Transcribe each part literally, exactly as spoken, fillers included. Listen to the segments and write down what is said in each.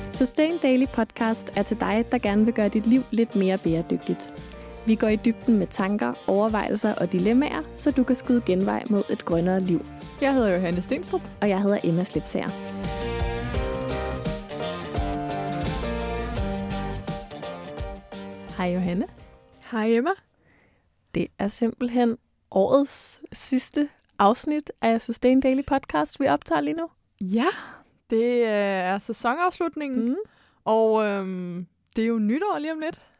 Sustain Daily Podcast er til dig, der gerne vil gøre dit liv lidt mere bæredygtigt. Vi går i dybden med tanker, overvejelser og dilemmaer, så du kan skyde genvej mod et grønnere liv. Jeg hedder Johanne Stenstrup. Og jeg hedder Emma Slipsager. Hej Johanne. Hej Emma. Det er simpelthen årets sidste afsnit af Sustain Daily Podcast, vi optager lige nu. Ja, det er sæsonafslutningen, mm. og øhm, det er jo nytår lige om lidt.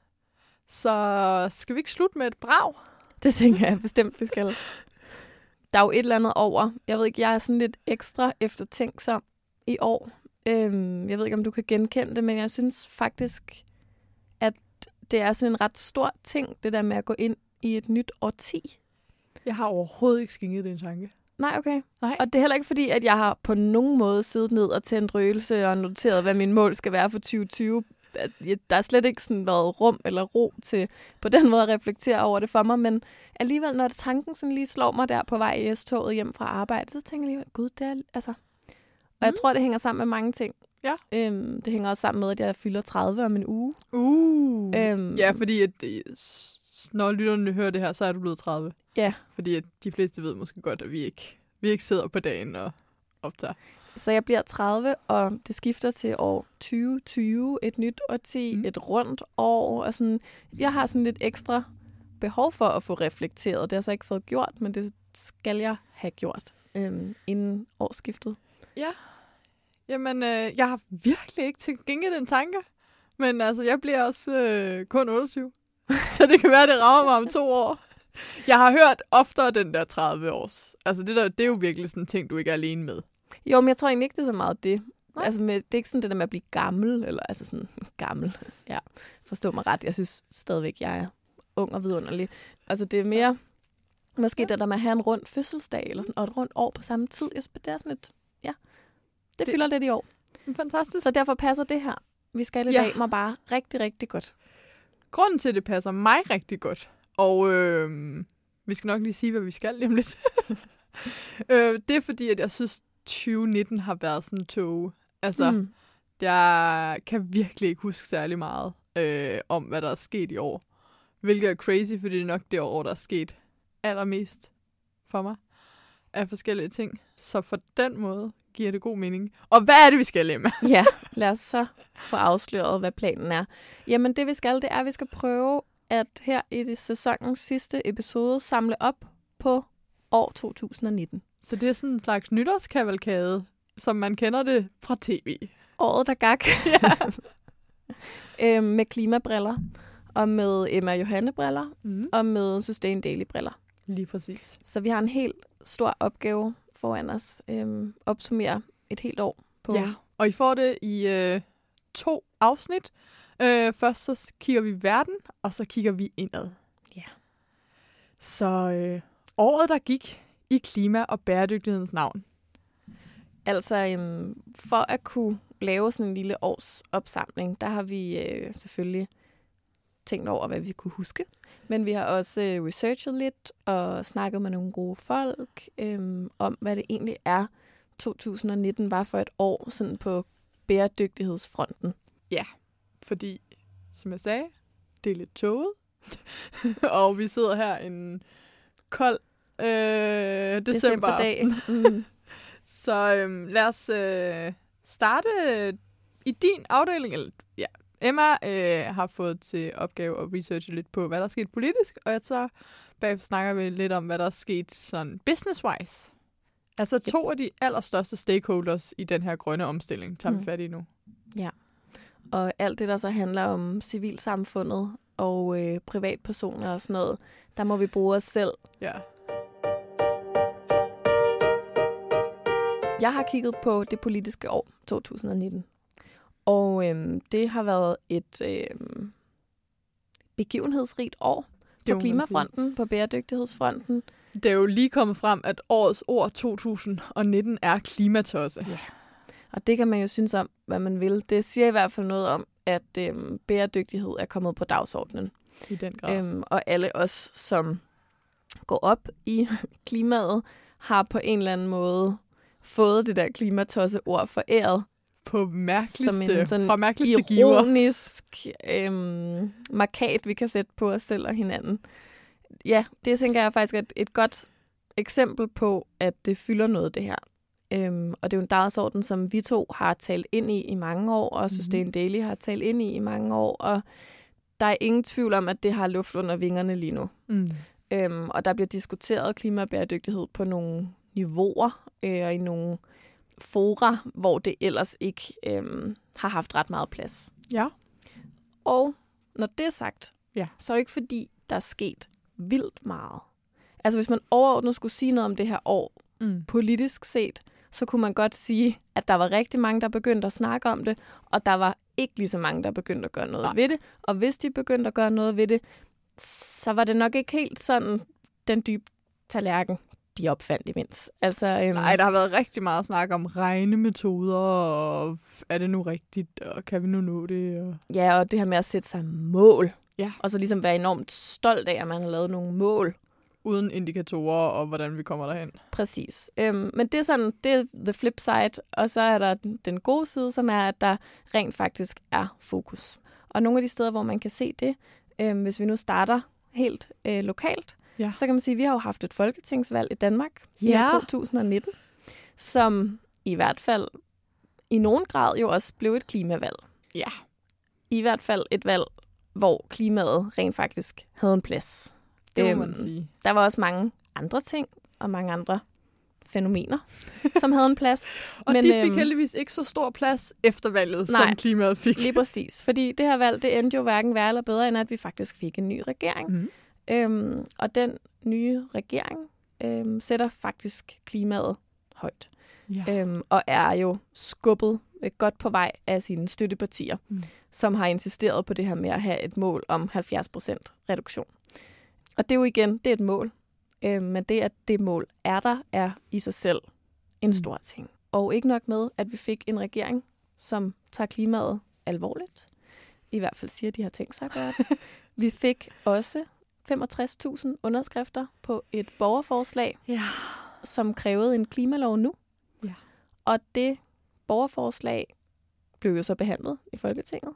Så skal vi ikke slutte med et brag? Det tænker jeg bestemt, vi skal. Der er jo et eller andet over. Jeg ved ikke, jeg er sådan lidt ekstra eftertænksom i år. Øhm, jeg ved ikke, om du kan genkende det, men jeg synes faktisk, at det er sådan en ret stor ting, det der med at gå ind i et nyt årti. Jeg har overhovedet ikke skænket den tanke. Nej, okay. Nej. Og det er heller ikke fordi, at jeg har på nogen måde siddet ned og tændt røgelse og noteret, hvad min mål skal være for tyve tyve. Der er slet ikke sådan været rum eller ro til på den måde at reflektere over det for mig, men alligevel, når tanken sådan lige slår mig der på vej i S-toget hjem fra arbejde, så tænker jeg alligevel, gud, det er altså... Og mm. jeg tror, det hænger sammen med mange ting. Ja. Øhm, det hænger også sammen med, at jeg fylder tredive om en uge. Uh. Øhm, ja, fordi at, når lytterne hører det her, så er du blevet tredive. Ja. Fordi at de fleste ved måske godt, at vi ikke, vi ikke sidder på dagen og optager. Så jeg bliver tredive, og det skifter til år tyve tyve, et nyt årti, mm. et rundt år. Og sådan. Jeg har sådan lidt ekstra behov for at få reflekteret. Det har jeg så ikke fået gjort, men det skal jeg have gjort øhm, inden årsskiftet. Ja, jamen øh, jeg har virkelig ikke til gengæld den tanke. Men altså, jeg bliver også øh, kun otteogtyve. Så det kan være, det rammer mig om to år. Jeg har hørt oftere den der tredive års. Altså det, der, det er jo virkelig sådan en ting, du ikke er alene med. Jo, men jeg tror egentlig ikke, det er så meget det. Nej. Altså med, det er ikke sådan det der med at blive gammel, eller altså sådan gammel. Ja, forstå mig ret. Jeg synes stadigvæk, jeg er ung og vidunderlig. Altså det er mere, måske ja. det der med at have en rund fødselsdag, eller sådan, og et rundt år på samme tid. Jeg synes, det er sådan lidt, ja, det, det fylder lidt i år. Fantastisk. Så derfor passer det her. Vi skal i ja. dag mig bare rigtig, rigtig godt. Grunden til, at det passer mig rigtig godt, og øh, vi skal nok lige sige, hvad vi skal lige om lidt. øh, det er fordi, at jeg synes, tyve nitten har været sådan tog. Altså, mm. jeg kan virkelig ikke huske særlig meget øh, om, hvad der er sket i år. Hvilket er crazy, fordi det er nok det år, der er sket allermest for mig af forskellige ting. Så for den måde giver det god mening. Og hvad er det, vi skal lade med? Ja, lad os så få afsløret, hvad planen er. Jamen det, vi skal, det er, at vi skal prøve at her i det sæsonens sidste episode samle op på år to tusind nitten. Så det er sådan en slags nytårskavalkade, som man kender det fra tv. Året, der gak. Ja. øhm, med klimabriller, og med Emma Johanne-briller, mm. og med Sustain Daily-briller. Lige præcis. Så vi har en helt stor opgave foran os. Øhm, opsummere et helt år på. Ja, og I får det i øh, to afsnit. Øh, først så kigger vi verden, og så kigger vi indad. Ja. Så øh, året, der gik i klima- og bæredygtighedens navn. Altså, øhm, for at kunne lave sådan en lille års opsamling, der har vi øh, selvfølgelig tænkt over, hvad vi kunne huske. Men vi har også øh, researchet lidt og snakket med nogle gode folk øh, om, hvad det egentlig er, to tusind nitten var for et år sådan på bæredygtighedsfronten. Ja, fordi, som jeg sagde, det er lidt tåget. Og vi sidder her en kold øh, decemberdag. Mm. Så øh, lad os øh, starte i din afdeling. Eller, ja. Emma øh, har fået til opgave at researche lidt på, hvad der er sket politisk, og jeg så bagefter snakker vi lidt om, hvad der er sket sådan business-wise. Altså to af de allerstørste stakeholders i den her grønne omstilling tager mm. vi fat i nu. Ja, og alt det, der så handler om civilsamfundet og øh, privatpersoner og sådan noget, der må vi bruge os selv. Ja. Jeg har kigget på det politiske år to tusind nitten. Og øhm, det har været et øhm, begivenhedsrigt år på klimafronten, på bæredygtighedsfronten. Det er jo lige kommet frem, at årets ord to tusind nitten er klimatosse. Ja. Og det kan man jo synes om, hvad man vil. Det siger i hvert fald noget om, at øhm, bæredygtighed er kommet på dagsordenen. I den grad. Øhm, og alle os, som går op i klimaet, har på en eller anden måde fået det der klimatosse-ord foræret. på mærkeligste, som en sådan fra mærkeligste giver. Ironisk øhm, markat, vi kan sætte på os selv og hinanden. Ja, det tænker jeg faktisk er et, et godt eksempel på, at det fylder noget, det her. Øhm, og det er jo en dagsorden, som vi to har talt ind i i mange år, og Sustain mm-hmm. Daily har talt ind i i mange år, og der er ingen tvivl om, at det har luft under vingerne lige nu. Mm. Øhm, og der bliver diskuteret klimabæredygtighed på nogle niveauer øh, og i nogle fora, hvor det ellers ikke øh, har haft ret meget plads. Ja. Og når det er sagt, ja. så er det ikke fordi, der er sket vildt meget. Altså hvis man overordnet skulle sige noget om det her år, mm. politisk set, så kunne man godt sige, at der var rigtig mange, der begyndte at snakke om det, og der var ikke lige så mange, der begyndte at gøre noget ja. ved det. Og hvis de begyndte at gøre noget ved det, så var det nok ikke helt sådan den dybe tallerken, de opfandt imens. Altså, øhm, Nej, der har været rigtig meget snak om regnemetoder, og er det nu rigtigt, og kan vi nu nå det? Og... Ja, og det her med at sætte sig mål. Ja. Og så ligesom være enormt stolt af, at man har lavet nogle mål. Uden indikatorer, og hvordan vi kommer derhen. Præcis. Øhm, men det er sådan, det er the flip side, og så er der den gode side, som er, at der rent faktisk er fokus. Og nogle af de steder, hvor man kan se det, øhm, hvis vi nu starter helt øh, lokalt, ja. så kan man sige, at vi har jo haft et folketingsvalg i Danmark ja. i to tusind nitten, som i hvert fald i nogen grad jo også blev et klimavalg. Ja. I hvert fald et valg, hvor klimaet rent faktisk havde en plads. Det må øhm, man sige. Der var også mange andre ting og mange andre fænomener, som havde en plads. og men, de fik øhm, heldigvis ikke så stor plads efter valget, nej, som klimaet fik. Lige præcis. Fordi det her valg, det endte jo hverken værre eller bedre, end at vi faktisk fik en ny regering. Mm. Øhm, og den nye regering øhm, sætter faktisk klimaet højt. Ja. Øhm, og er jo skubbet øh, godt på vej af sine støttepartier, mm. som har insisteret på det her med at have et mål om halvfjerds procent reduktion. Og det er jo igen, det er et mål. Øhm, men det, at det mål er der, er i sig selv en stor ting. Og ikke nok med, at vi fik en regering, som tager klimaet alvorligt. I hvert fald siger, at de har tænkt sig at gøre det. Vi fik også femogtres tusind underskrifter på et borgerforslag, ja. som krævede en klimalov nu. Ja. Og det borgerforslag blev jo så behandlet i Folketinget.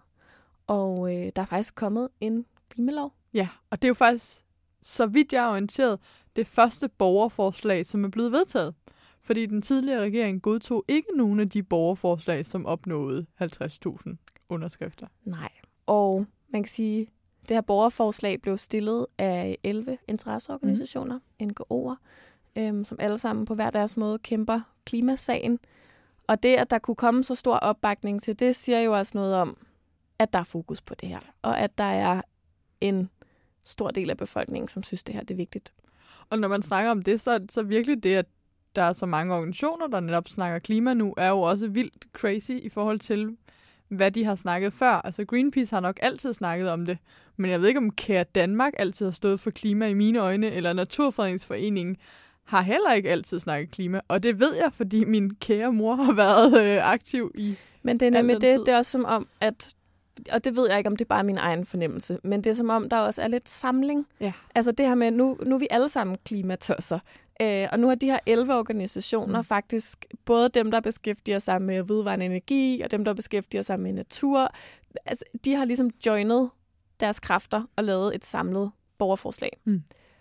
Og øh, der er faktisk kommet en klimalov. Ja, og det er jo faktisk, så vidt jeg er orienteret, det første borgerforslag, som er blevet vedtaget. Fordi den tidligere regering godtog ikke nogen af de borgerforslag, som opnåede halvtreds tusind underskrifter. Nej, og man kan sige, det her borgerforslag blev stillet af elleve interesseorganisationer, mm. N G O'er, øhm, som alle sammen på hver deres måde kæmper klimasagen. Og det, at der kunne komme så stor opbakning til det, siger jo også noget om, at der er fokus på det her. Og at der er en stor del af befolkningen, som synes, det her det er vigtigt. Og når man snakker om det, så, så virkelig det, at der er så mange organisationer, der netop snakker klima nu, er jo også vildt crazy i forhold til, hvad de har snakket før. Altså Greenpeace har nok altid snakket om det, men jeg ved ikke, om Kære Danmark altid har stået for klima i mine øjne, eller Naturfredningsforeningen har heller ikke altid snakket klima. Og det ved jeg, fordi min kære mor har været øh, aktiv i. Men det er nemlig det, det er også som om, at og det ved jeg ikke, om det er bare min egen fornemmelse, men det er som om, der også er lidt samling. Ja. Altså det her med, nu, nu er vi alle sammen klimatosser, øh, og nu har de her elleve organisationer mm. faktisk, både dem, der beskæftiger sig med vedvarende energi, og dem, der beskæftiger sig med natur, altså, de har ligesom joinet deres kræfter og lavet et samlet borgerforslag. Mm.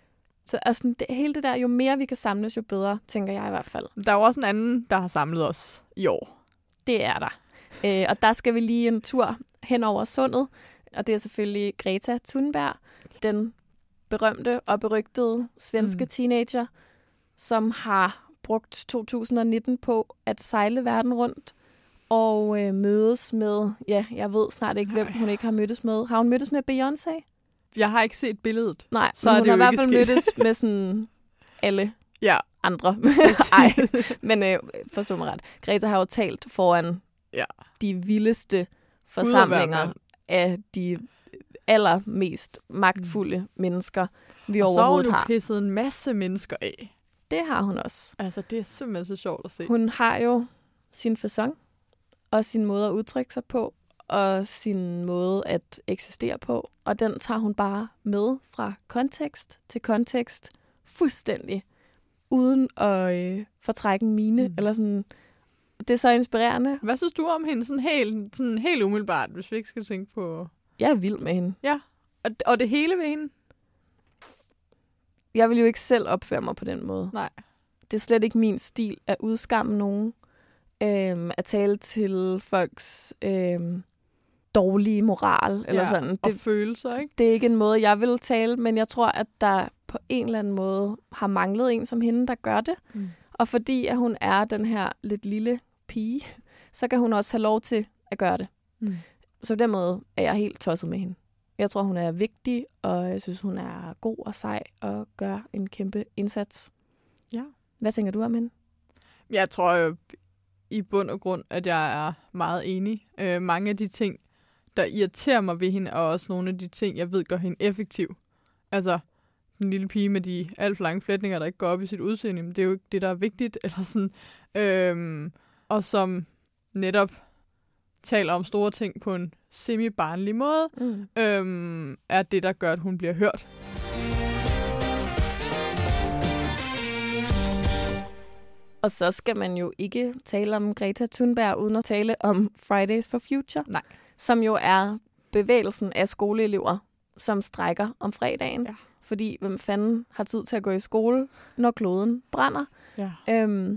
Så altså, det, hele det der, jo mere vi kan samles, jo bedre, tænker jeg i hvert fald. Der er jo også en anden, der har samlet os i år. Det er der. Øh, og der skal vi lige en tur hen over sundet, og det er selvfølgelig Greta Thunberg, den berømte og berygtede svenske mm. teenager, som har brugt to tusind nitten på at sejle verden rundt og øh, mødes med, ja, jeg ved snart ikke, hvem hun ikke har mødtes med. Har hun mødtes med Beyoncé? Jeg har ikke set billedet. Nej, så men hun hun har i hvert fald sket. mødtes med sådan alle ja. andre. Ej, men øh, forstå mig ret. Greta har jo talt foran ja. de vildeste forsamlinger af de allermest magtfulde mm. mennesker, vi og overhovedet har. Og så har hun pisset en masse mennesker af. Det har hun også. Altså, det er simpelthen så sjovt at se. Hun har jo sin facon, og sin måde at udtrykke sig på, og sin måde at eksistere på. Og den tager hun bare med fra kontekst til kontekst, fuldstændig, uden at øh, fortrække en mine, mm. eller sådan. det er så inspirerende. Hvad synes du om hende sådan helt, sådan helt umiddelbart, hvis vi ikke skal tænke på... Jeg er vild med hende. Ja, og, og det hele ved hende? Jeg vil jo ikke selv opføre mig på den måde. Nej. Det er slet ikke min stil at udskamme nogen. Øhm, at tale til folks øhm, dårlige moral. Eller ja, sådan. Det, og følelser, ikke? Det er ikke en måde, jeg vil tale, men jeg tror, at der på en eller anden måde har manglet en som hende, der gør det. Mm. Og fordi at hun er den her lidt lille pige, så kan hun også have lov til at gøre det. Mm. Så på den måde er jeg helt tosset med hende. Jeg tror, hun er vigtig, og jeg synes, hun er god og sej og gør en kæmpe indsats. Ja. Hvad tænker du om hende? Jeg tror jo i bund og grund, at jeg er meget enig. Øh, mange af de ting, der irriterer mig ved hende, er også nogle af de ting, jeg ved gør hende effektiv. Altså, den lille pige med de alt for lange flætninger, der ikke går op i sit udseende, men det er jo ikke det, der er vigtigt. Eller sådan. Øhm, og som netop taler om store ting på en semi-barnlig måde, mm. øhm, er det, der gør, at hun bliver hørt. Og så skal man jo ikke tale om Greta Thunberg, uden at tale om Fridays for Future. Nej. Som jo er bevægelsen af skoleelever, som strækker om fredagen. Ja. Fordi hvem fanden har tid til at gå i skole, når kloden brænder? Ja. Øhm,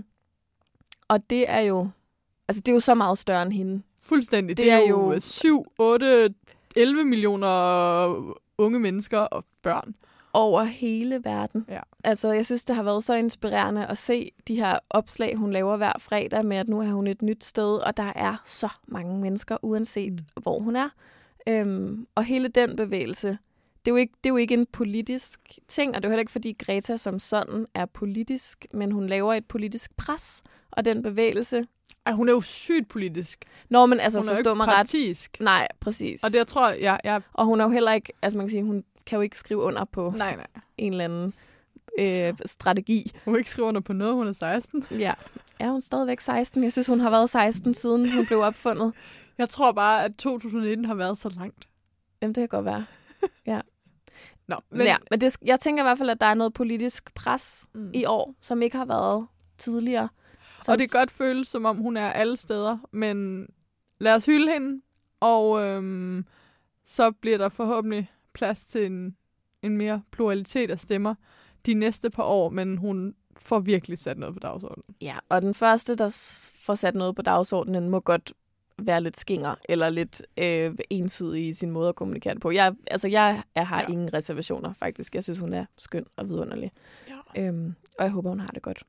og det er jo altså det er jo så meget større end hende. Fuldstændig. Det, det er, er jo syv, otte, elleve millioner unge mennesker og børn. Over hele verden. Ja. Altså, jeg synes, det har været så inspirerende at se de her opslag, hun laver hver fredag med, at nu er hun et nyt sted, og der er så mange mennesker, uanset mm. hvor hun er. Øhm, og hele den bevægelse, det er, jo ikke, det er jo ikke en politisk ting, og det er jo heller ikke, fordi Greta som sådan er politisk, men hun laver et politisk pres, og den bevægelse... Ej, hun er jo sygt politisk. Nå, men altså, hun er forstå jo mig partisk. ret. Nej, præcis. Og det, jeg tror, jeg... jeg... Og hun er jo heller ikke... Altså, man kan sige, hun kan jo ikke skrive under på nej, nej. en eller anden øh, strategi. Hun kan ikke skrive under på noget, hun er seksten. Ja. Er hun stadigvæk seksten? Jeg synes, hun har været seksten, siden hun blev opfundet. Jeg tror bare, at to tusind nitten har været så langt. Jamen, det kan godt være. Ja. Nå, men... Ja, men det, jeg tænker i hvert fald, at der er noget politisk pres mm. i år, som ikke har været tidligere. Som... Og det kan godt føles, som om hun er alle steder, men lad os hylde hende, og øhm, så bliver der forhåbentlig plads til en, en mere pluralitet af stemmer de næste par år, men hun får virkelig sat noget på dagsordenen. Ja, og den første, der får sat noget på dagsordenen, må godt være lidt skinger, eller lidt øh, ensidig i sin måde at kommunikere det på. Jeg, altså, jeg, jeg har ja. ingen reservationer, faktisk. Jeg synes, hun er skøn og vidunderlig. Ja. Øhm, og jeg håber, hun har det godt.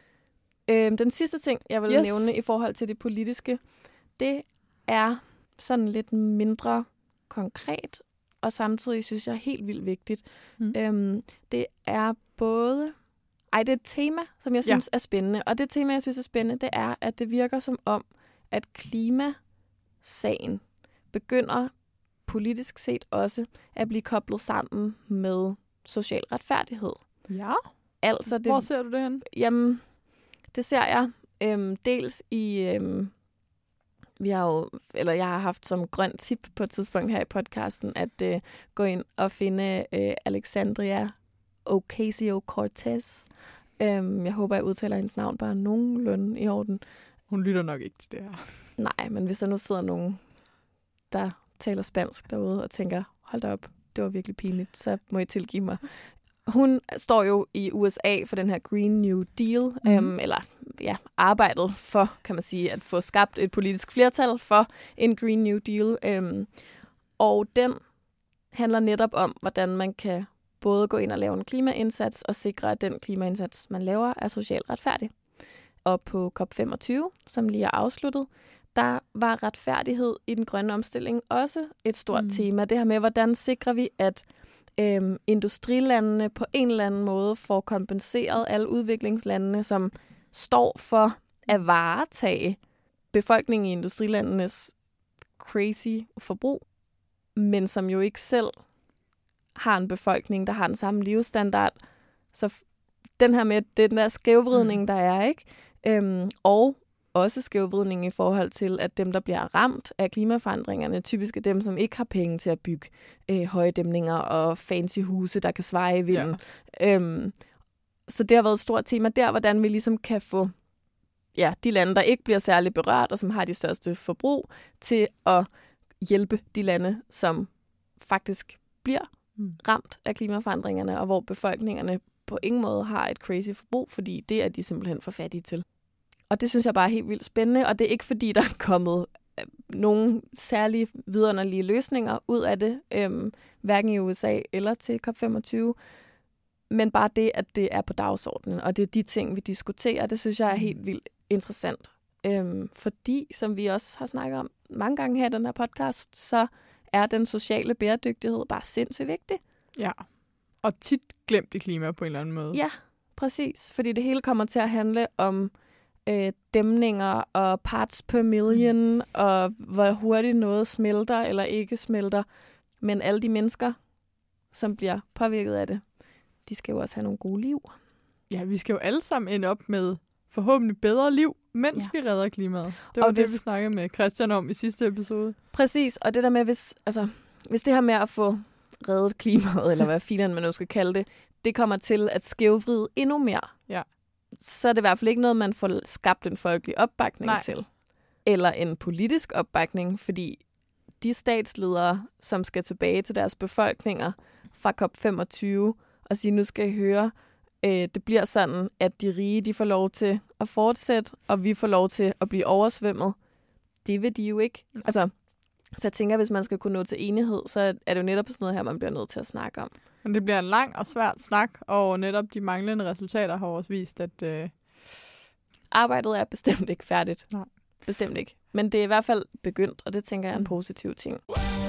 Øhm, den sidste ting, jeg vil yes. nævne i forhold til det politiske, det er sådan lidt mindre konkret, og samtidig synes jeg er helt vildt vigtigt. Mm. Øhm, det er både... Ej, det er et tema, som jeg synes ja. er spændende. Og det tema, jeg synes er spændende, det er, at det virker som om, at klimasagen begynder politisk set også at blive koblet sammen med social retfærdighed. Ja? Altså det, hvor ser du det hen? Jamen, det ser jeg øhm, dels i... Øhm, vi har jo, eller jeg har haft som grønt tip på et tidspunkt her i podcasten, at øh, gå ind og finde øh, Alexandria Ocasio-Cortez. Øhm, jeg håber, jeg udtaler hendes navn bare nogenlunde i orden. Hun lytter nok ikke til det her. Nej, men hvis der nu sidder nogen, der taler spansk derude og tænker, hold da op, det var virkelig pinligt, så må I tilgive mig. Hun står jo i U S A for den her Green New Deal, mm. øhm, eller ja, arbejdet for, kan man sige, at få skabt et politisk flertal for en Green New Deal. Øhm, og den handler netop om, hvordan man kan både gå ind og lave en klimaindsats og sikre, at den klimaindsats, man laver, er socialt retfærdig. Og på COP femogtyve, som lige er afsluttet, der var retfærdighed i den grønne omstilling også et stort mm. tema. Det her med, hvordan sikrer vi, at øhm, industrilandene på en eller anden måde får kompenseret alle udviklingslandene, som står for at varetage befolkningen i industrilandenes crazy forbrug, men som jo ikke selv har en befolkning, der har den samme levestandard. Så den her med, den der skævvridning, mm. der er, ikke? Øhm, og også skævvridning i forhold til, at dem, der bliver ramt af klimaforandringerne, typisk er dem, som ikke har penge til at bygge øh, høje dæmninger og fancy huse, der kan sveje i vinden. Ja. Øhm, så det har været et stort tema der, hvordan vi ligesom kan få ja, de lande, der ikke bliver særlig berørt, og som har de største forbrug, til at hjælpe de lande, som faktisk bliver mm. ramt af klimaforandringerne, og hvor befolkningerne på ingen måde har et crazy forbrug, fordi det er de simpelthen for fattige til. Og det synes jeg bare er helt vildt spændende, og det er ikke fordi, der er kommet nogle særlige vidunderlige løsninger ud af det, øhm, hverken i U S A eller til C O P femogtyve, men bare det, at det er på dagsordenen, og det er de ting, vi diskuterer, det synes jeg er helt vildt interessant. Øhm, fordi, som vi også har snakket om mange gange her i den her podcast, så er den sociale bæredygtighed bare sindssygt vigtig. Ja, og tit glemt i klima på en eller anden måde. Ja, præcis. Fordi det hele kommer til at handle om øh, dæmninger og parts per million, mm. og hvor hurtigt noget smelter eller ikke smelter. Men alle de mennesker, som bliver påvirket af det, de skal jo også have nogle gode liv. Ja, vi skal jo alle sammen ende op med forhåbentlig bedre liv, mens ja. vi redder klimaet. Det var og det, hvis... vi snakkede med Christian om i sidste episode. Præcis, og det der med, hvis, altså, hvis det her med at få reddet klimaet, eller hvad filen man nu skal kalde det, det kommer til at skævvride endnu mere, ja. så er det i hvert fald ikke noget, man får skabt en folkelig opbakning Nej. til. Eller en politisk opbakning, fordi de statsledere, som skal tilbage til deres befolkninger fra C O P femogtyve, og sige, nu skal I høre, øh, det bliver sådan, at de rige de får lov til at fortsætte, og vi får lov til at blive oversvømmet. Det vil de jo ikke. Altså, så jeg tænker, hvis man skal kunne nå til enighed, så er det jo netop sådan noget her, man bliver nødt til at snakke om. Men det bliver en lang og svært snak, og netop de manglende resultater har også vist, at... Øh... Arbejdet er bestemt ikke færdigt. Nej. Bestemt ikke. Men det er i hvert fald begyndt, og det tænker jeg er en positiv ting.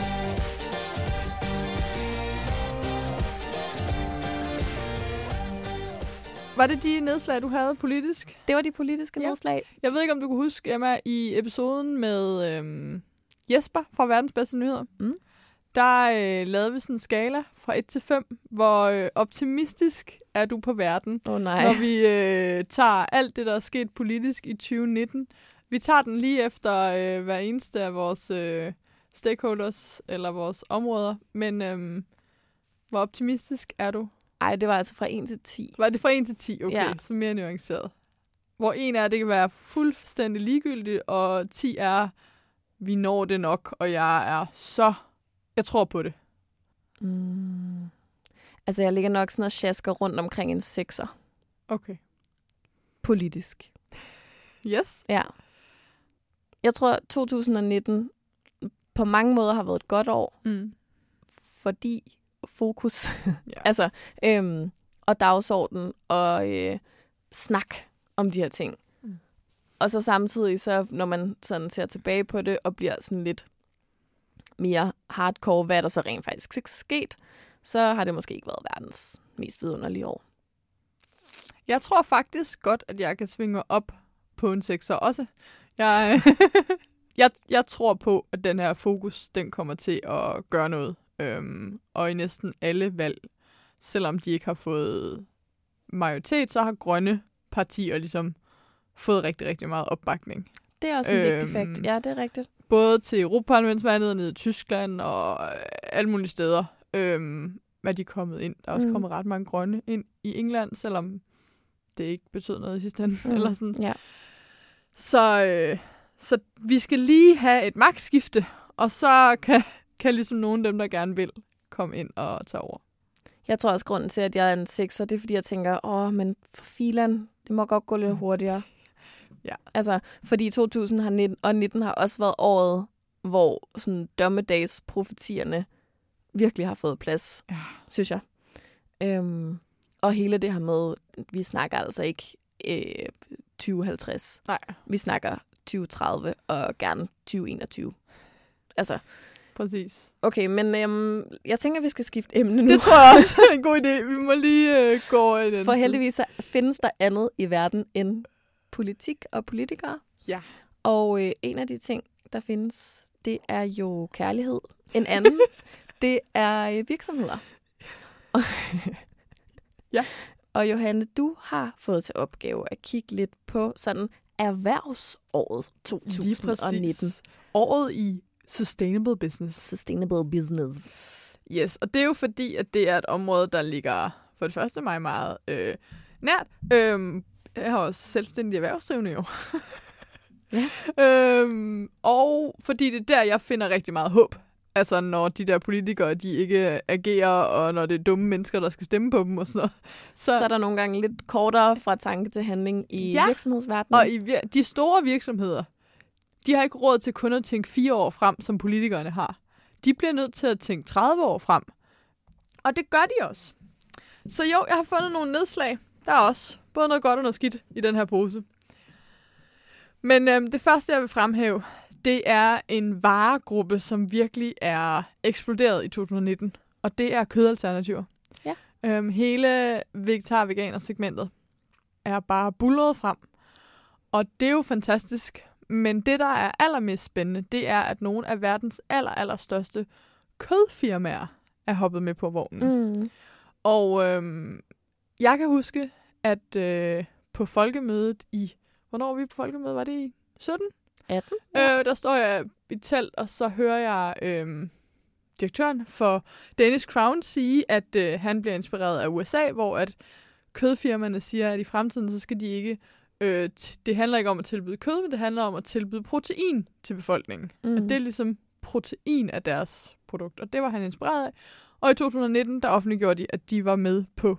Var det de nedslag, du havde politisk? Det var de politiske ja. nedslag. Jeg ved ikke, om du kan huske, Emma, i episoden med øhm, Jesper fra Verdens Bedste Nyheder. Mm. Der øh, lavede vi sådan en skala fra et til fem, hvor øh, optimistisk er du på verden, oh, nej. når vi øh, tager alt det, der er sket politisk i tyve nitten. Vi tager den lige efter øh, hver eneste af vores øh, stakeholders eller vores områder. Men øh, hvor optimistisk er du? Ej, det var altså fra en til ti. Var det fra en til ti? Okay, ja. Så mere nuanceret. Hvor en er, det kan være fuldstændig ligegyldigt, og ti er, vi når det nok, og jeg er så... Jeg tror på det. Mm. Altså, jeg ligger nok sådan og sjasker rundt omkring en sekser. Okay. Politisk. Yes. Ja. Jeg tror, to tusind nitten på mange måder har været et godt år, mm. fordi fokus, ja. altså, øhm, og dagsorden, og øh, snak om de her ting. Mm. Og så samtidig, så når man sådan ser tilbage på det, og bliver sådan lidt mere hardcore, hvad der så rent faktisk ikke sket, så har det måske ikke været verdens mest vidunderlige år. Jeg tror faktisk godt, at jeg kan svinge mig op på en sekser også. Jeg, jeg, jeg tror på, at den her fokus, den kommer til at gøre noget. Øhm, og i næsten alle valg, selvom de ikke har fået majoritet, så har grønne partier ligesom fået rigtig, rigtig meget opbakning. Det er også en øhm, vigtig fakt. Ja, det er rigtigt. Både til Europaparlamentsvalget nede i Tyskland og alle mulige steder, øhm, er de kommet ind. Der er også mm. kommet ret mange grønne ind i England, selvom det ikke betød noget i sidste ende. Mm. Eller sådan. Ja. Så, øh, så vi skal lige have et magtskifte, og så kan, kan ligesom nogle af dem, der gerne vil, komme ind og tage over. Jeg tror også, grunden til, at jeg er en sekser, det er, fordi jeg tænker, åh, men for filan, det må godt gå lidt hurtigere. Ja. Altså, fordi to tusind nitten har også været året, hvor sådan dommedagsprofetierne virkelig har fået plads, ja. synes jeg. Øhm, og hele det her med, vi snakker altså ikke øh, tyve halvtreds. Nej. Vi snakker tyve tredive og gerne tyve enogtyve. Altså. Præcis. Okay, men øhm, jeg tænker, at vi skal skifte emne nu. Det tror jeg også er en god idé. Vi må lige øh, gå i den. For heldigvis så findes der andet i verden end politik og politikere. Ja. Og øh, en af de ting, der findes, det er jo kærlighed. En anden, det er øh, virksomheder. Ja. Og Johanne, du har fået til opgave at kigge lidt på sådan erhvervsåret to tusind nitten. Året i Sustainable Business. Sustainable Business. Yes, og det er jo fordi, at det er et område, der ligger for det første mig meget øh, nært. Øh, Jeg har også selvstændig erhvervsdrivende jo. Ja. øhm, og fordi det er der, jeg finder rigtig meget håb. Altså, når de der politikere, de ikke agerer, og når det er dumme mennesker, der skal stemme på dem og sådan noget. Så, så er der nogle gange lidt kortere fra tanke til handling i ja, virksomhedsverdenen. Og i de store virksomheder, de har ikke råd til kun at tænke fire år frem, som politikerne har. De bliver nødt til at tænke tredive år frem. Og det gør de også. Så jo, jeg har fundet nogle nedslag. Der er også både noget godt og noget skidt i den her pose. Men øhm, det første, jeg vil fremhæve, det er en varegruppe, som virkelig er eksploderet i to tusind nitten. Og det er kødalternativer. Ja. Øhm, hele vegetar-veganer-segmentet er bare buldret frem. Og det er jo fantastisk. Men det, der er allermest spændende, det er, at nogle af verdens aller, aller største kødfirmaer er hoppet med på vognen. Mm. Og øhm, jeg kan huske, at øh, på folkemødet i... Hvornår var vi på folkemødet? Var det i sytten? atten? Ja. Øh, der står jeg i telt, og så hører jeg øh, direktøren for Danish Crown sige, at øh, han bliver inspireret af U S A, hvor at kødfirmaerne siger, at i fremtiden, så skal de ikke... Øh, t- det handler ikke om at tilbyde kød, men det handler om at tilbyde protein til befolkningen. Mm. Og det er ligesom protein af deres produkt, og det var han inspireret af. Og i to tusind nitten, der offentliggjorde de, at de var med på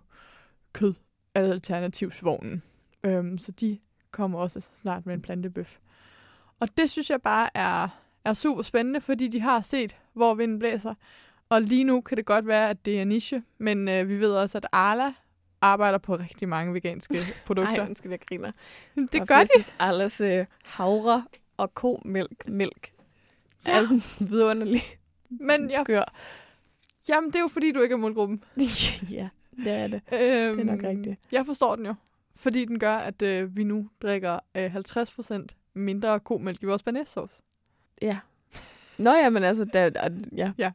kødalternativsvognen. Øhm, så de kommer også snart med en plantebøf. Og det synes jeg bare er, er super spændende, fordi de har set, hvor vinden blæser. Og lige nu kan det godt være, at det er niche, men øh, vi ved også, at Arla arbejder på rigtig mange veganske produkter. Nej, undskyld, jeg griner. Det og gør de. Jeg synes, Arlas øh, havre og komælk mælk ja. er sådan vidunderlig men skør. Jeg, jamen, det er jo fordi, du ikke er målgruppen. Ja, det er det. Øhm, det er nok rigtigt. Jeg forstår den jo, fordi den gør, at øh, vi nu drikker øh, halvtreds procent mindre komælk i vores banæssauce. Ja. Nå ja, men altså, der, ja. ja.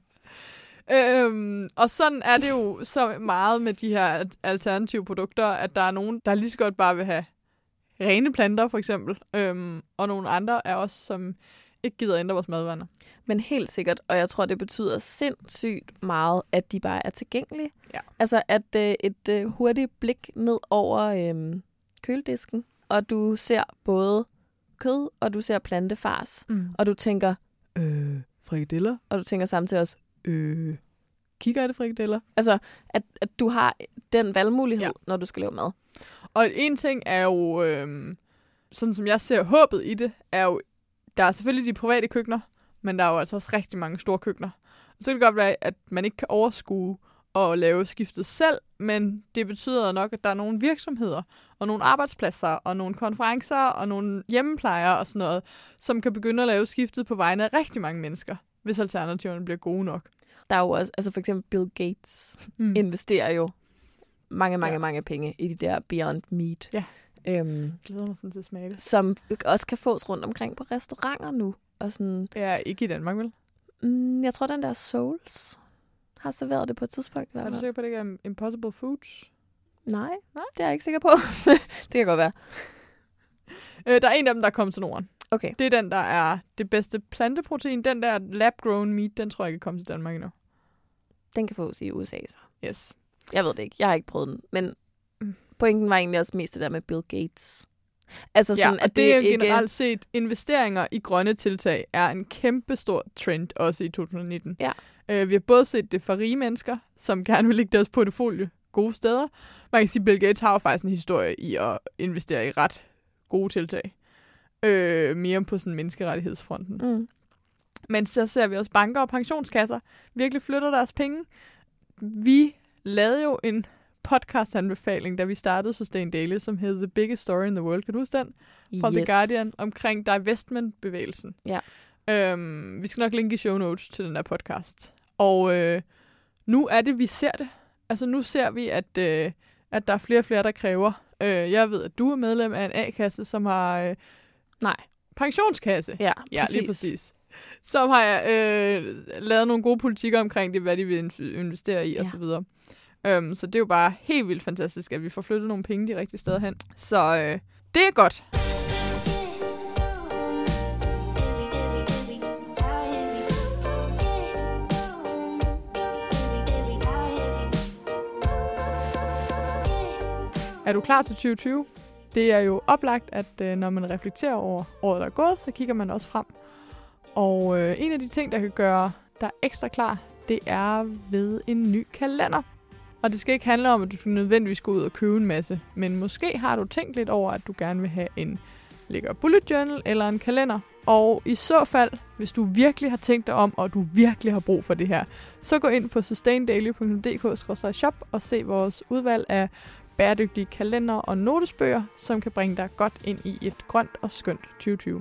Øhm, og sådan er det jo så meget med de her alternative produkter, at der er nogen, der lige så godt bare vil have rene planter, for eksempel. Øhm, og nogle andre er også, som ikke gider ændre vores madvaner. Men helt sikkert, og jeg tror, det betyder sindssygt meget, at de bare er tilgængelige. Ja. Altså, at øh, et øh, hurtigt blik ned over øh, køledisken, og du ser både kød, og du ser plantefars, mm. og du tænker, øh, frikadeller, og du tænker samtidig også, øh, kigger er det frikadeller? Altså, at, at du har den valgmulighed, ja. Når du skal lave mad. Og en ting er jo, øh, sådan som jeg ser håbet i det, er jo, der er selvfølgelig de private køkkener, men der er jo altså også rigtig mange store køkkener. Og så kan det godt være, at man ikke kan overskue og lave skiftet selv, men det betyder nok, at der er nogle virksomheder, og nogle arbejdspladser, og nogle konferencer, og nogle hjemmeplejere og sådan noget, som kan begynde at lave skiftet på vegne af rigtig mange mennesker, hvis alternativerne bliver gode nok. Der er jo også, altså for eksempel Bill Gates mm. investerer jo mange, mange, ja. mange penge i de der Beyond Meat. Ja. Øhm, jeg glæder mig sådan til at smage det. Som også kan fås rundt omkring på restauranter nu. Og sådan, ja, ikke i Danmark, vel? Mm, jeg tror, den der Souls har serveret det på et tidspunkt. Er du sikker på, at det ikke er Impossible Foods? Nej, Nej, det er jeg ikke sikker på. Det kan godt være. Øh, der er en af dem, der er kommet til Norden. Okay. Det er den, der er det bedste planteprotein. Den der lab-grown meat, den tror jeg ikke er kommet til Danmark endnu. Den kan fås i U S A så. Yes. Jeg ved det ikke. Jeg har ikke prøvet den. Men mm. pointen var egentlig også mest det der med Bill Gates. Altså sådan, ja, at det, det er ikke... generelt set, investeringer i grønne tiltag er en kæmpe stor trend, også i to tusind nitten. Ja. Uh, vi har både set det for rige mennesker, som gerne vil lægge deres portefølje gode steder. Man kan sige, at Bill Gates har jo faktisk en historie i at investere i ret gode tiltag. Uh, mere på sådan menneskerettighedsfronten. Mm. Men så ser vi også banker og pensionskasser virkelig flytter deres penge. Vi lavede jo en podcast-anbefaling, da vi startede Sustain Daily, som hed The Biggest Story in the World. Kan du huske den? Fra yes. The Guardian, omkring divestment-bevægelsen. Ja. Øhm, vi skal nok linke i show notes til den der podcast. Og øh, nu er det, vi ser det. Altså nu ser vi, at, øh, at der er flere og flere, der kræver. Øh, jeg ved, at du er medlem af en A-kasse, som har... Øh, Nej. Pensionskasse. Ja, ja lige præcis. Som har øh, lavet nogle gode politikker omkring det, hvad de vil investere i, ja. og så videre. Um, så det er jo bare helt vildt fantastisk, at vi får flyttet nogle penge de rigtige steder hen. Så øh, det er godt. Er du klar til tyve tyve? det er jo oplagt, at øh, når man reflekterer over året, der er gået, så kigger man også frem. Og øh, en af de ting, der kan gøre dig ekstra klar, det er ved en ny kalender. Og det skal ikke handle om, at du nødvendigvis skal ud og købe en masse, men måske har du tænkt lidt over, at du gerne vil have en lækker bullet journal eller en kalender. Og i så fald, hvis du virkelig har tænkt dig om, og du virkelig har brug for det her, så gå ind på sustaindaily punktum d k skråstreg shop og se vores udvalg af bæredygtige kalender og notesbøger, som kan bringe dig godt ind i et grønt og skønt tyve tyve.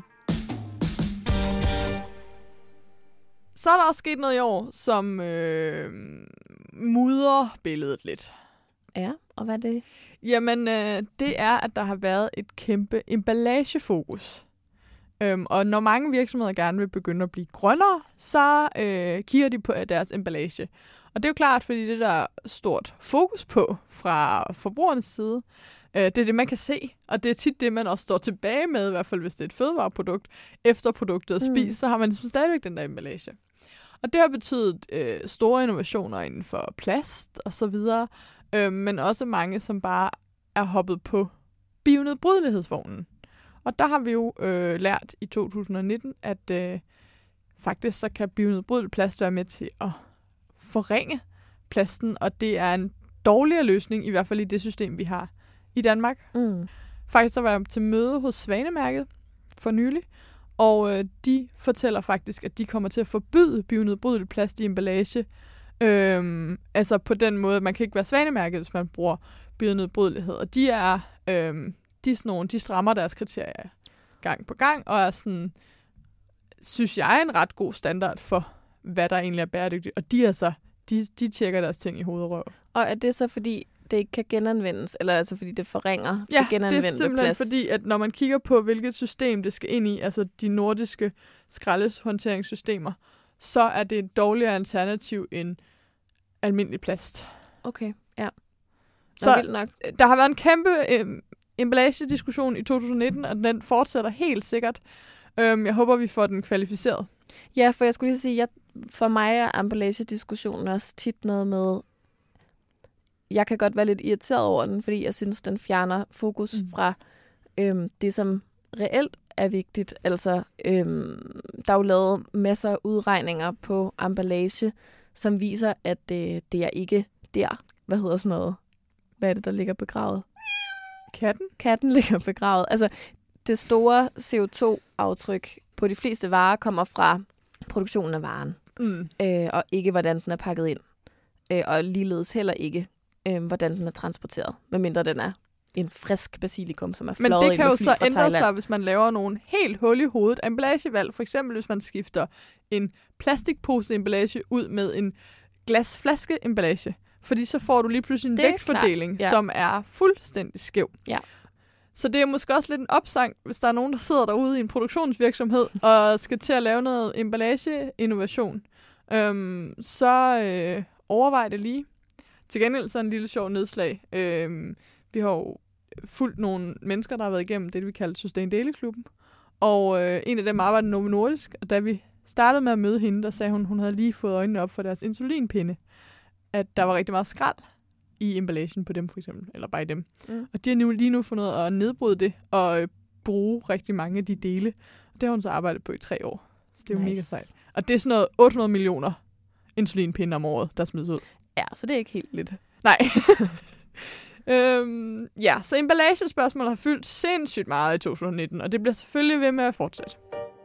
Så er der også sket noget i år, som øh, mudrer billedet lidt. Ja, og hvad er det? Jamen, øh, det er, at der har været et kæmpe emballagefokus. Øhm, og når mange virksomheder gerne vil begynde at blive grønnere, så øh, kigger de på deres emballage. Og det er jo klart, fordi det der er stort fokus på fra forbrugernes side. Øh, det er det, man kan se, og det er tit det, man også står tilbage med, i hvert fald hvis det er et fødevareprodukt. Efter produktet er spist, mm. så har man ligesom stadigvæk den der emballage. Og det har betydet øh, store innovationer inden for plast og så videre, øh, men også mange, som bare er hoppet på bionedbrydelighedsvognen. Og der har vi jo øh, lært i to tusind nitten, at øh, faktisk så kan bionedbrydelig plast være med til at forringe plasten, og det er en dårligere løsning, i hvert fald i det system, vi har i Danmark. Mm. Faktisk så var jeg til møde hos Svanemærket for nylig, og øh, de fortæller faktisk, at de kommer til at forbyde bionedbrydelig plast i emballage. Øhm, altså på den måde, man kan ikke være Svanemærket, hvis man bruger bionedbrydelighed. Og de er, øhm, de, er sådan nogle, de strammer deres kriterier gang på gang, og er sådan, synes jeg, en ret god standard for, hvad der egentlig er bæredygtigt. Og de, altså, de, de tjekker deres ting i hoved og røv. Og er det så fordi, det ikke kan genanvendes, eller altså fordi det forringer ja, det genanvendte plast? Ja, det er simpelthen plast? fordi, at når man kigger på, hvilket system det skal ind i, altså de nordiske skraldehåndteringssystemer, så er det et dårligere alternativ end almindelig plast. Okay, ja. Nå, så vildt nok. Der har været en kæmpe øh, emballagediskussion i to tusind nitten, og den fortsætter helt sikkert. Øhm, jeg håber, vi får den kvalificeret. Ja, for jeg skulle lige sige, jeg, for mig er emballagediskussionen også tit noget med, jeg kan godt være lidt irriteret over den, fordi jeg synes, den fjerner fokus mm. fra øhm, det, som reelt er vigtigt. Altså, øhm, der er jo lavet masser af udregninger på emballage, som viser, at øh, det er ikke der. Hvad hedder sådan noget? Hvad er det, der ligger begravet? Katten? Katten ligger begravet. Altså, det store C O to aftryk på de fleste varer kommer fra produktionen af varen, mm. øh, og ikke, hvordan den er pakket ind. Øh, og ligeledes heller ikke, øh, hvordan den er transporteret, medmindre den er en frisk basilikum, som er fløjet ind med fly fra Thailand. Men det kan jo så ændre sig, hvis man laver nogle helt hul i hovedet emballagevalg. For eksempel, hvis man skifter en plastikpose-emballage ud med en glasflaske-emballage. Fordi så får du lige pludselig en vægtfordeling, ja. som er fuldstændig skæv. Ja. Så det er måske også lidt en opsang, hvis der er nogen, der sidder derude i en produktionsvirksomhed og skal til at lave noget emballage-innovation. Øhm, så øh, overvej det lige. Til gengæld så en lille sjov nedslag. Øhm, vi har jo fulgt nogle mennesker, der har været igennem det, vi kalder Sustaindaily-klubben. Og øh, en af dem arbejder Novo Nordisk, og da vi startede med at møde hende, der sagde hun, hun havde lige fået øjnene op for deres insulinpinde. At der var rigtig meget skrald i emballagen på dem, for eksempel. Eller bare i dem. Mm. Og de har nu, lige nu fundet ud af at nedbryde det og øh, bruge rigtig mange af de dele. Og det har hun så arbejdet på i tre år. Så det er jo nice. Mega sejt. Og det er sådan noget otte hundrede millioner insulinpinde om året, der smides ud. Ja, så det er ikke helt lidt. Nej. øhm, ja, så emballagespørgsmål har fyldt sindssygt meget i to tusind nitten, og det bliver selvfølgelig ved med at fortsætte.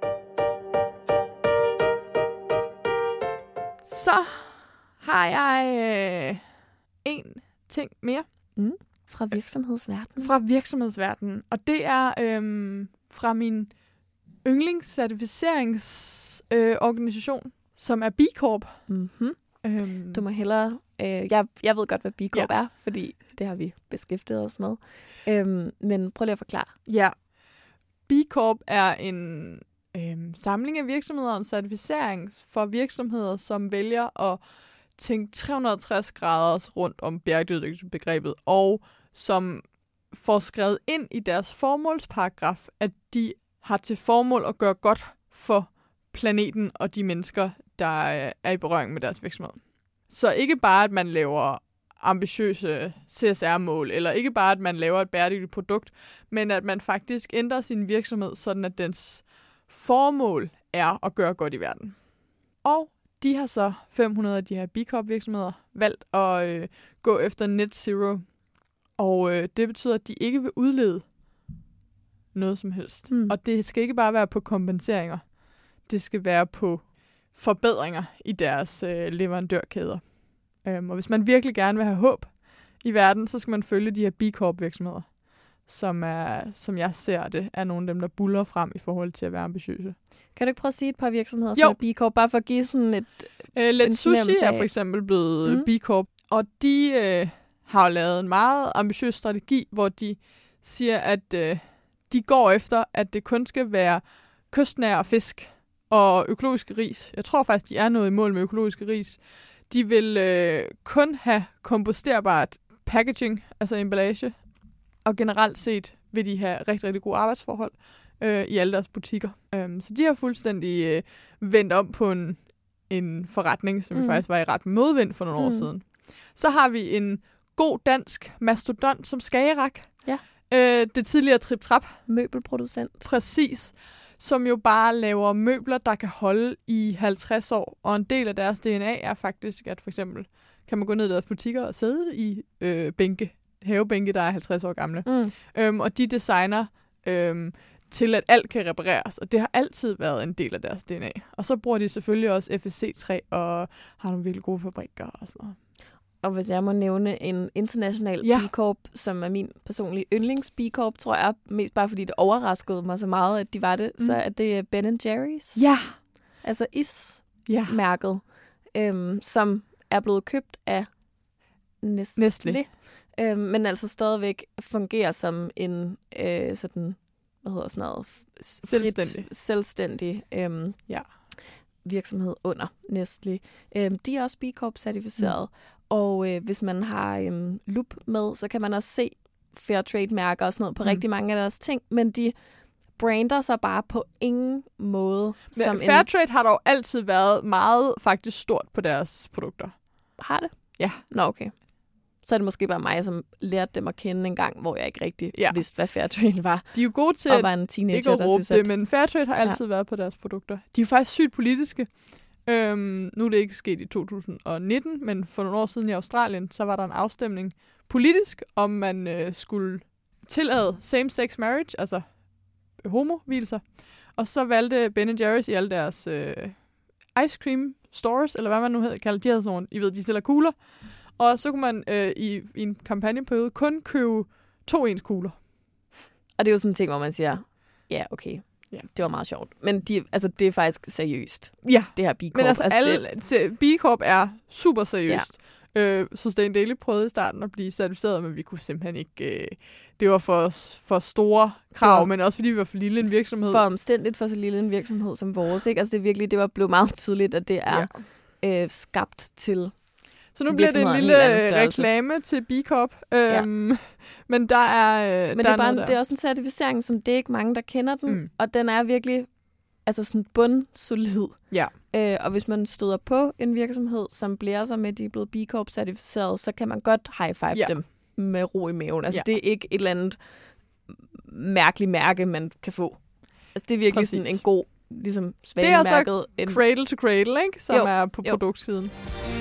Så har jeg øh, en ting mere. Mm. Fra virksomhedsverdenen. Fra virksomhedsverdenen. Og det er øh, fra min yndlingscertificeringsorganisation, øh, som er B Corp. Mm-hmm. Øhm. Du må hellere... Øh, jeg, jeg ved godt, hvad B Corp ja. er, fordi det har vi beskæftiget os med. Øhm, men prøv lige at forklare. Ja. B Corp er en øhm, samling af virksomheder og en certificering for virksomheder, som vælger at tænke tre hundrede og tres grader rundt om bæredygtighedsbegrebet, og som får skrevet ind i deres formålsparagraf, at de har til formål at gøre godt for planeten og de mennesker, der er i berøring med deres virksomhed. Så ikke bare, at man laver ambitiøse C S R-mål, eller ikke bare, at man laver et bæredygtigt produkt, men at man faktisk ændrer sin virksomhed, sådan at dens formål er at gøre godt i verden. Og de har så fem hundrede af de her B Corp virksomheder valgt at øh, gå efter net zero, og øh, det betyder, at de ikke vil udlede noget som helst. Mm. Og det skal ikke bare være på kompenseringer, det skal være på forbedringer i deres øh, leverandørkæder. Um, og hvis man virkelig gerne vil have håb i verden, så skal man følge de her B Corp virksomheder, som, er, som jeg ser det, er nogle af dem, der buller frem i forhold til at være ambitiøse. Kan du ikke prøve at sige et par virksomheder, som jo. er B Corp, bare for at give sådan et... Uh, Let Sushi er for eksempel blevet mm. B Corp, og de uh, har lavet en meget ambitiøs strategi, hvor de siger, at uh, de går efter, at det kun skal være kystnære fisk og økologiske ris. Jeg tror faktisk, de er noget i mål med økologiske ris. De vil øh, kun have komposterbart packaging, altså emballage. Og generelt set vil de have rigtig, rigtig gode arbejdsforhold øh, i alle deres butikker. Um, så de har fuldstændig øh, vendt om på en, en forretning, som mm. faktisk var i ret modvind for nogle mm. år siden. Så har vi en god dansk mastodont som Skagerrak. Ja. Øh, det tidligere Trip Trap. Møbelproducent. Præcis. Som jo bare laver møbler, der kan holde i halvtreds år. Og en del af deres D N A er faktisk, at for eksempel kan man gå ned i deres butikker og sidde i øh, bænke, havebænke, der er halvtreds år gamle. Mm. Øhm, og de designer øhm, til, at alt kan repareres. Og det har altid været en del af deres D N A. Og så bruger de selvfølgelig også F S C træ og har nogle virkelig gode fabrikker og sådan noget. Og hvis jeg må nævne en international ja. B Corp, som er min personlige yndlings B Corp, tror jeg, mest bare fordi det overraskede mig så meget, at de var det, mm. så er det Ben and Jerry's. Ja. Altså is-mærket, ja. øhm, som er blevet købt af Nestlé. Nestlé. Øhm, men altså stadigvæk fungerer som en øh, sådan, hvad hedder sådan noget? Selvstændig. Frit, selvstændig øhm, ja. virksomhed under Nestlé. Øhm, de er også B Corp-certificeret. Mm. Og øh, hvis man har øhm, Loop med, så kan man også se Fairtrade-mærker og sådan noget på mm. rigtig mange af deres ting. Men de brander sig bare på ingen måde. Men som Fairtrade en... har dog altid været meget faktisk stort på deres produkter. Har det? Ja. Nå, okay. Så er det måske bare mig, som lærte dem at kende en gang, hvor jeg ikke rigtig ja. vidste, hvad Fairtrade var. De er jo gode til og var en teenager, ikke at der råbe synes, det, at... men Fairtrade har altid ja. været på deres produkter. De er jo faktisk sygt politiske. Øhm, nu er det ikke sket i to tusind nitten, men for nogle år siden i Australien, så var der en afstemning politisk, om man øh, skulle tillade same-sex marriage, altså homovilser. Og så valgte Ben and Jerry's i alle deres øh, ice cream stores, eller hvad man nu hedder, kalder de havde sådan, I ved, de sælger kugler. Og så kunne man øh, i, i en kampagneperiode kun købe to ens kugler. Og det er jo sådan en ting, hvor man siger, ja, okay. Ja. Det var meget sjovt. Men de, altså, det er faktisk seriøst. Ja. Det her B Corp. Men altså, altså alle, det... B Corp er super seriøst. Ja. Øh, Sustain Daily prøvede i starten at blive certificeret, men vi kunne simpelthen ikke... Øh, det var for, for store krav, ja. Men også fordi vi var for lille en virksomhed. For omstændigt for så lille en virksomhed som vores. Ikke? Altså, det, virkelig, det var blevet meget tydeligt, at det er ja. øh, skabt til... Så nu bliver det en lille reklame til B Corp. Øhm, ja. Men der er øh, Men der det, er bare, der. det er også en certificering, som det er ikke mange, der kender den. Mm. Og den er virkelig altså sådan bundsolid. Ja. Øh, og hvis man støder på en virksomhed, som bliver sig med, at de er blevet B Corp-certificeret, så kan man godt high-five ja. dem med ro i maven. Altså ja. det er ikke et eller andet mærkeligt mærke, man kan få. Altså det er virkelig Præcis. sådan en god, ligesom svanemærket. Det er altså en... cradle to cradle, ikke? Som jo. er på jo. produktsiden.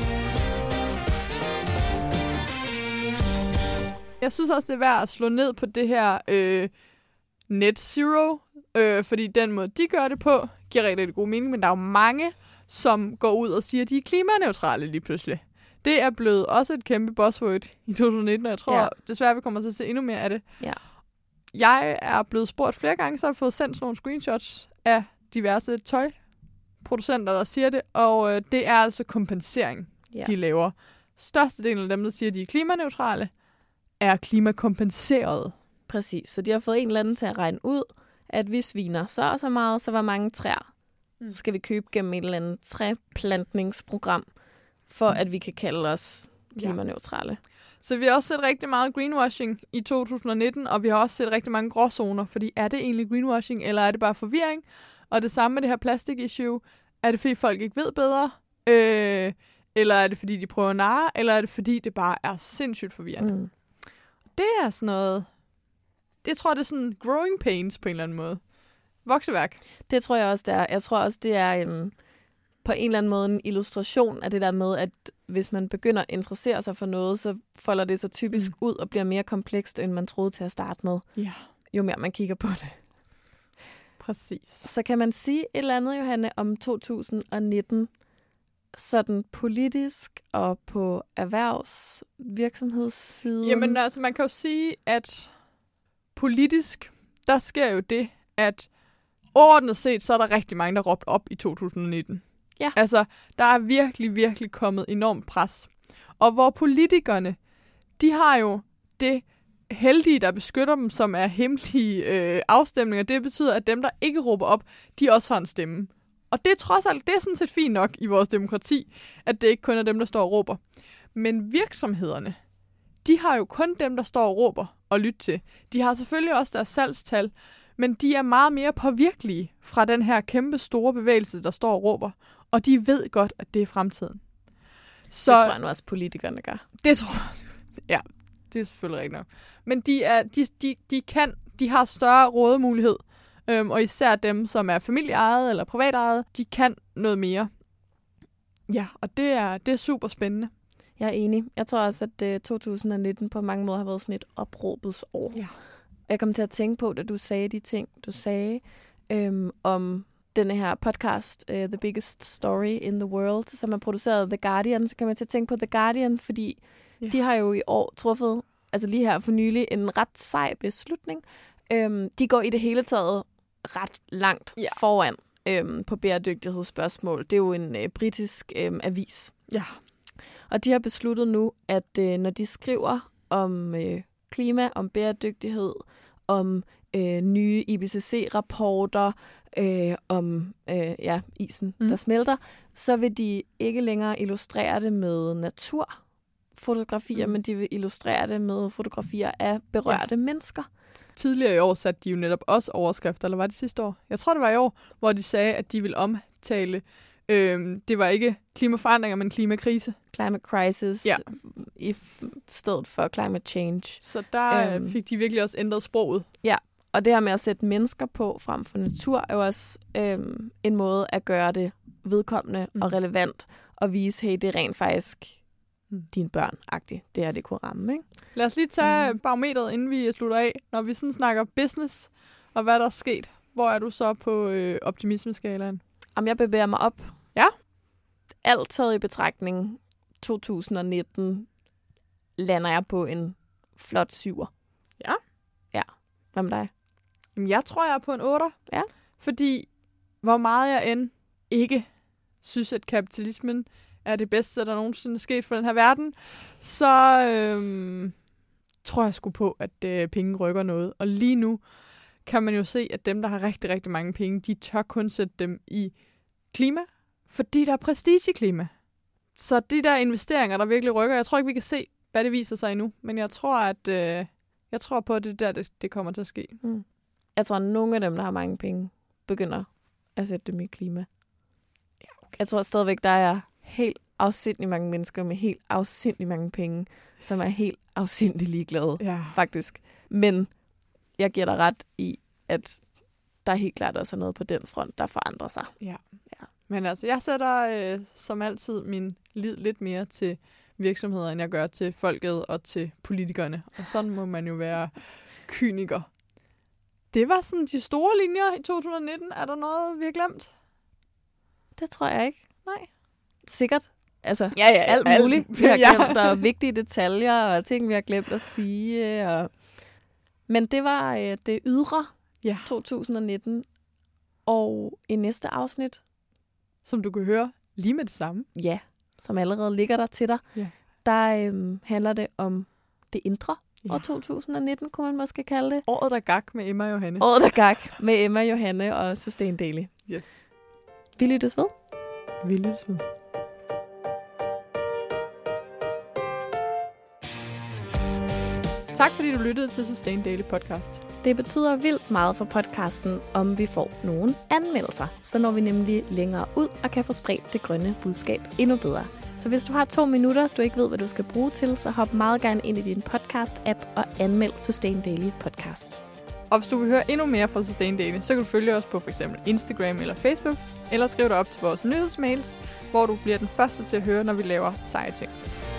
Jeg synes også, det er værd at slå ned på det her øh, net zero, øh, fordi den måde, de gør det på, giver rigtig, rigtig god mening, men der er jo mange, som går ud og siger, at de er klimaneutrale lige pludselig. Det er blevet også et kæmpe buzzword i to tusind nitten, og jeg tror ja. desværre, vi kommer til at se endnu mere af det. Ja. Jeg er blevet spurgt flere gange, så har jeg fået sendt sådan nogle screenshots af diverse tøjproducenter, der siger det, og øh, det er altså kompensering, ja. de laver. Størstedelen af dem, der siger, at de er klimaneutrale, er klimakompenseret. Præcis, så de har fået en eller anden til at regne ud, at vi sviner så og så meget, så hvor mange træer mm. så skal vi købe gennem et eller andet træplantningsprogram, for at vi kan kalde os klimaneutrale. Ja. Så vi har også set rigtig meget greenwashing i to tusind nitten, og vi har også set rigtig mange gråzoner, fordi er det egentlig greenwashing, eller er det bare forvirring? Og det samme med det her plastik-issue, er det fordi folk ikke ved bedre? Øh, Eller er det, fordi de prøver at narre? Eller er det, fordi det bare er sindssygt forvirrende? Mm. Det er sådan noget... Det tror jeg, det er sådan growing pains på en eller anden måde. Vokseværk. Det tror jeg også, det er. Jeg tror også, det er um, på en eller anden måde en illustration af det der med, at hvis man begynder at interessere sig for noget, så folder det sig typisk mm. ud og bliver mere komplekst, end man troede til at starte med. Ja. Jo mere man kigger på det. Præcis. Så kan man sige et eller andet, Johanne, om to tusind nitten, sådan politisk og på erhvervsvirksomhedssiden? Jamen altså, man kan jo sige, at politisk, der sker jo det, at overordnet set, så er der rigtig mange, der råbt op i to tusind nitten. Ja. Altså, der er virkelig, virkelig kommet enormt pres. Og hvor politikerne, de har jo det heldige, der beskytter dem, som er hemmelige øh, afstemninger. Det betyder, at dem, der ikke råber op, de også har en stemme. Og det er trods alt, det er sådan set fint nok i vores demokrati, at det ikke kun er dem, der står og råber. Men virksomhederne, de har jo kun dem, der står og råber og lytter til. De har selvfølgelig også deres salgstal, men de er meget mere påvirkelige fra den her kæmpe store bevægelse, der står og råber. Og de ved godt, at det er fremtiden. Så, det tror jeg nu også, politikerne gør. Det tror jeg også. Ja, det er selvfølgelig rigtigt nok. Men de, er, de, de, de, kan, de har større rådemulighed. Øhm, og især dem, som er familieejet eller privatejet, de kan noget mere. Ja, og det er, det er super spændende. Jeg er enig. Jeg tror også, at uh, to tusind nitten på mange måder har været sådan et opråbets år. Ja. Jeg kom til at tænke på, da du sagde de ting, du sagde øhm, om denne her podcast, uh, The Biggest Story in the World, som er produceret af The Guardian. Så kom jeg til at tænke på The Guardian, fordi ja. de har jo i år truffet, altså lige her for nylig, en ret sej beslutning. Øhm, de går i det hele taget ret langt ja. foran øhm, på bæredygtighedsspørgsmål. Det er jo en øh, britisk øh, avis. Ja. Og de har besluttet nu, at øh, når de skriver om øh, klima, om bæredygtighed, om øh, nye I P C C-rapporter, øh, om øh, ja, isen, mm. der smelter, så vil de ikke længere illustrere det med naturfotografier, mm. men de vil illustrere det med fotografier af berørte ja. mennesker. Tidligere i år satte de jo netop også overskrifter, eller var det sidste år? Jeg tror, det var i år, hvor de sagde, at de ville omtale, øh, det var ikke klimaforandringer, men klimakrise. Climate crisis ja. i stedet for climate change. Så der øhm, fik de virkelig også ændret sproget. Ja, og det her med at sætte mennesker på frem for natur, er jo også øhm, en måde at gøre det vedkommende mm. og relevant, og vise, hey, det er rent faktisk dine børn-agtigt. Det er det kunne ramme, ikke? Lad os lige tage mm. barometeret, inden vi slutter af. Når vi sådan snakker business, og hvad der er sket, hvor er du så på øh, optimismeskalaen? Om jeg bevæger mig op. Ja. Alt taget i betragtning, to tusind nitten lander jeg på en flot syver. Ja. Ja. Hvad med dig? Jamen, jeg tror, jeg er på en otter. Ja. Fordi hvor meget jeg end ikke synes, at kapitalismen er det bedste, der nogensinde er sket for den her verden, så øhm, tror jeg sgu på, at øh, penge rykker noget. Og lige nu kan man jo se, at dem, der har rigtig, rigtig mange penge, de tør kun sætte dem i klima, fordi der er prestige i klima. Så de der investeringer, der virkelig rykker, jeg tror ikke, vi kan se, hvad det viser sig endnu. Men jeg tror, at øh, jeg tror på, at det der, det, det kommer til at ske. Mm. Jeg tror, at nogle af dem, der har mange penge, begynder at sætte dem i klima. Ja, okay. Jeg tror stadigvæk, der er helt afsindig mange mennesker med helt afsindig mange penge, som er helt afsindig ligeglade, ja. faktisk. Men jeg giver dig ret i, at der helt klart også er noget på den front, der forandrer sig. Ja. ja. Men altså, jeg sætter øh, som altid min lid lidt mere til virksomheder, end jeg gør til folket og til politikerne. Og sådan må man jo være kyniker. Det var sådan de store linjer i to tusind nitten. Er der noget, vi har glemt? Det tror jeg ikke. Nej. Sikkert. Altså, ja, ja, ja, alt alt muligt. Vi har glemt, der er vigtige detaljer og ting, vi har glemt at sige. Og... Men det var øh, det ydre ja. to tusind nitten. Og i næste afsnit, som du kan høre lige med det samme. Ja, som allerede ligger der til dig. Ja. Der øhm, handler det om det indre. Ja. År to tusind nitten, kunne man måske kalde det. Året, der gak med Emma og Johanne. Året, der gak med Emma, Johanne og Sustain Daily. Yes. Vi lyttes ved. Vi lyttes ved. Tak fordi du lyttede til Sustain Daily podcast. Det betyder vildt meget for podcasten, om vi får nogle anmeldelser. Så når vi nemlig længere ud og kan få spredt det grønne budskab endnu bedre. Så hvis du har to minutter, du ikke ved, hvad du skal bruge til, så hop meget gerne ind i din podcast-app og anmeld Sustain Daily Podcast. Og hvis du vil høre endnu mere fra Sustain Daily, så kan du følge os på f.eks. Instagram eller Facebook, eller skrive dig op til vores nyhedsmails, hvor du bliver den første til at høre, når vi laver seje ting.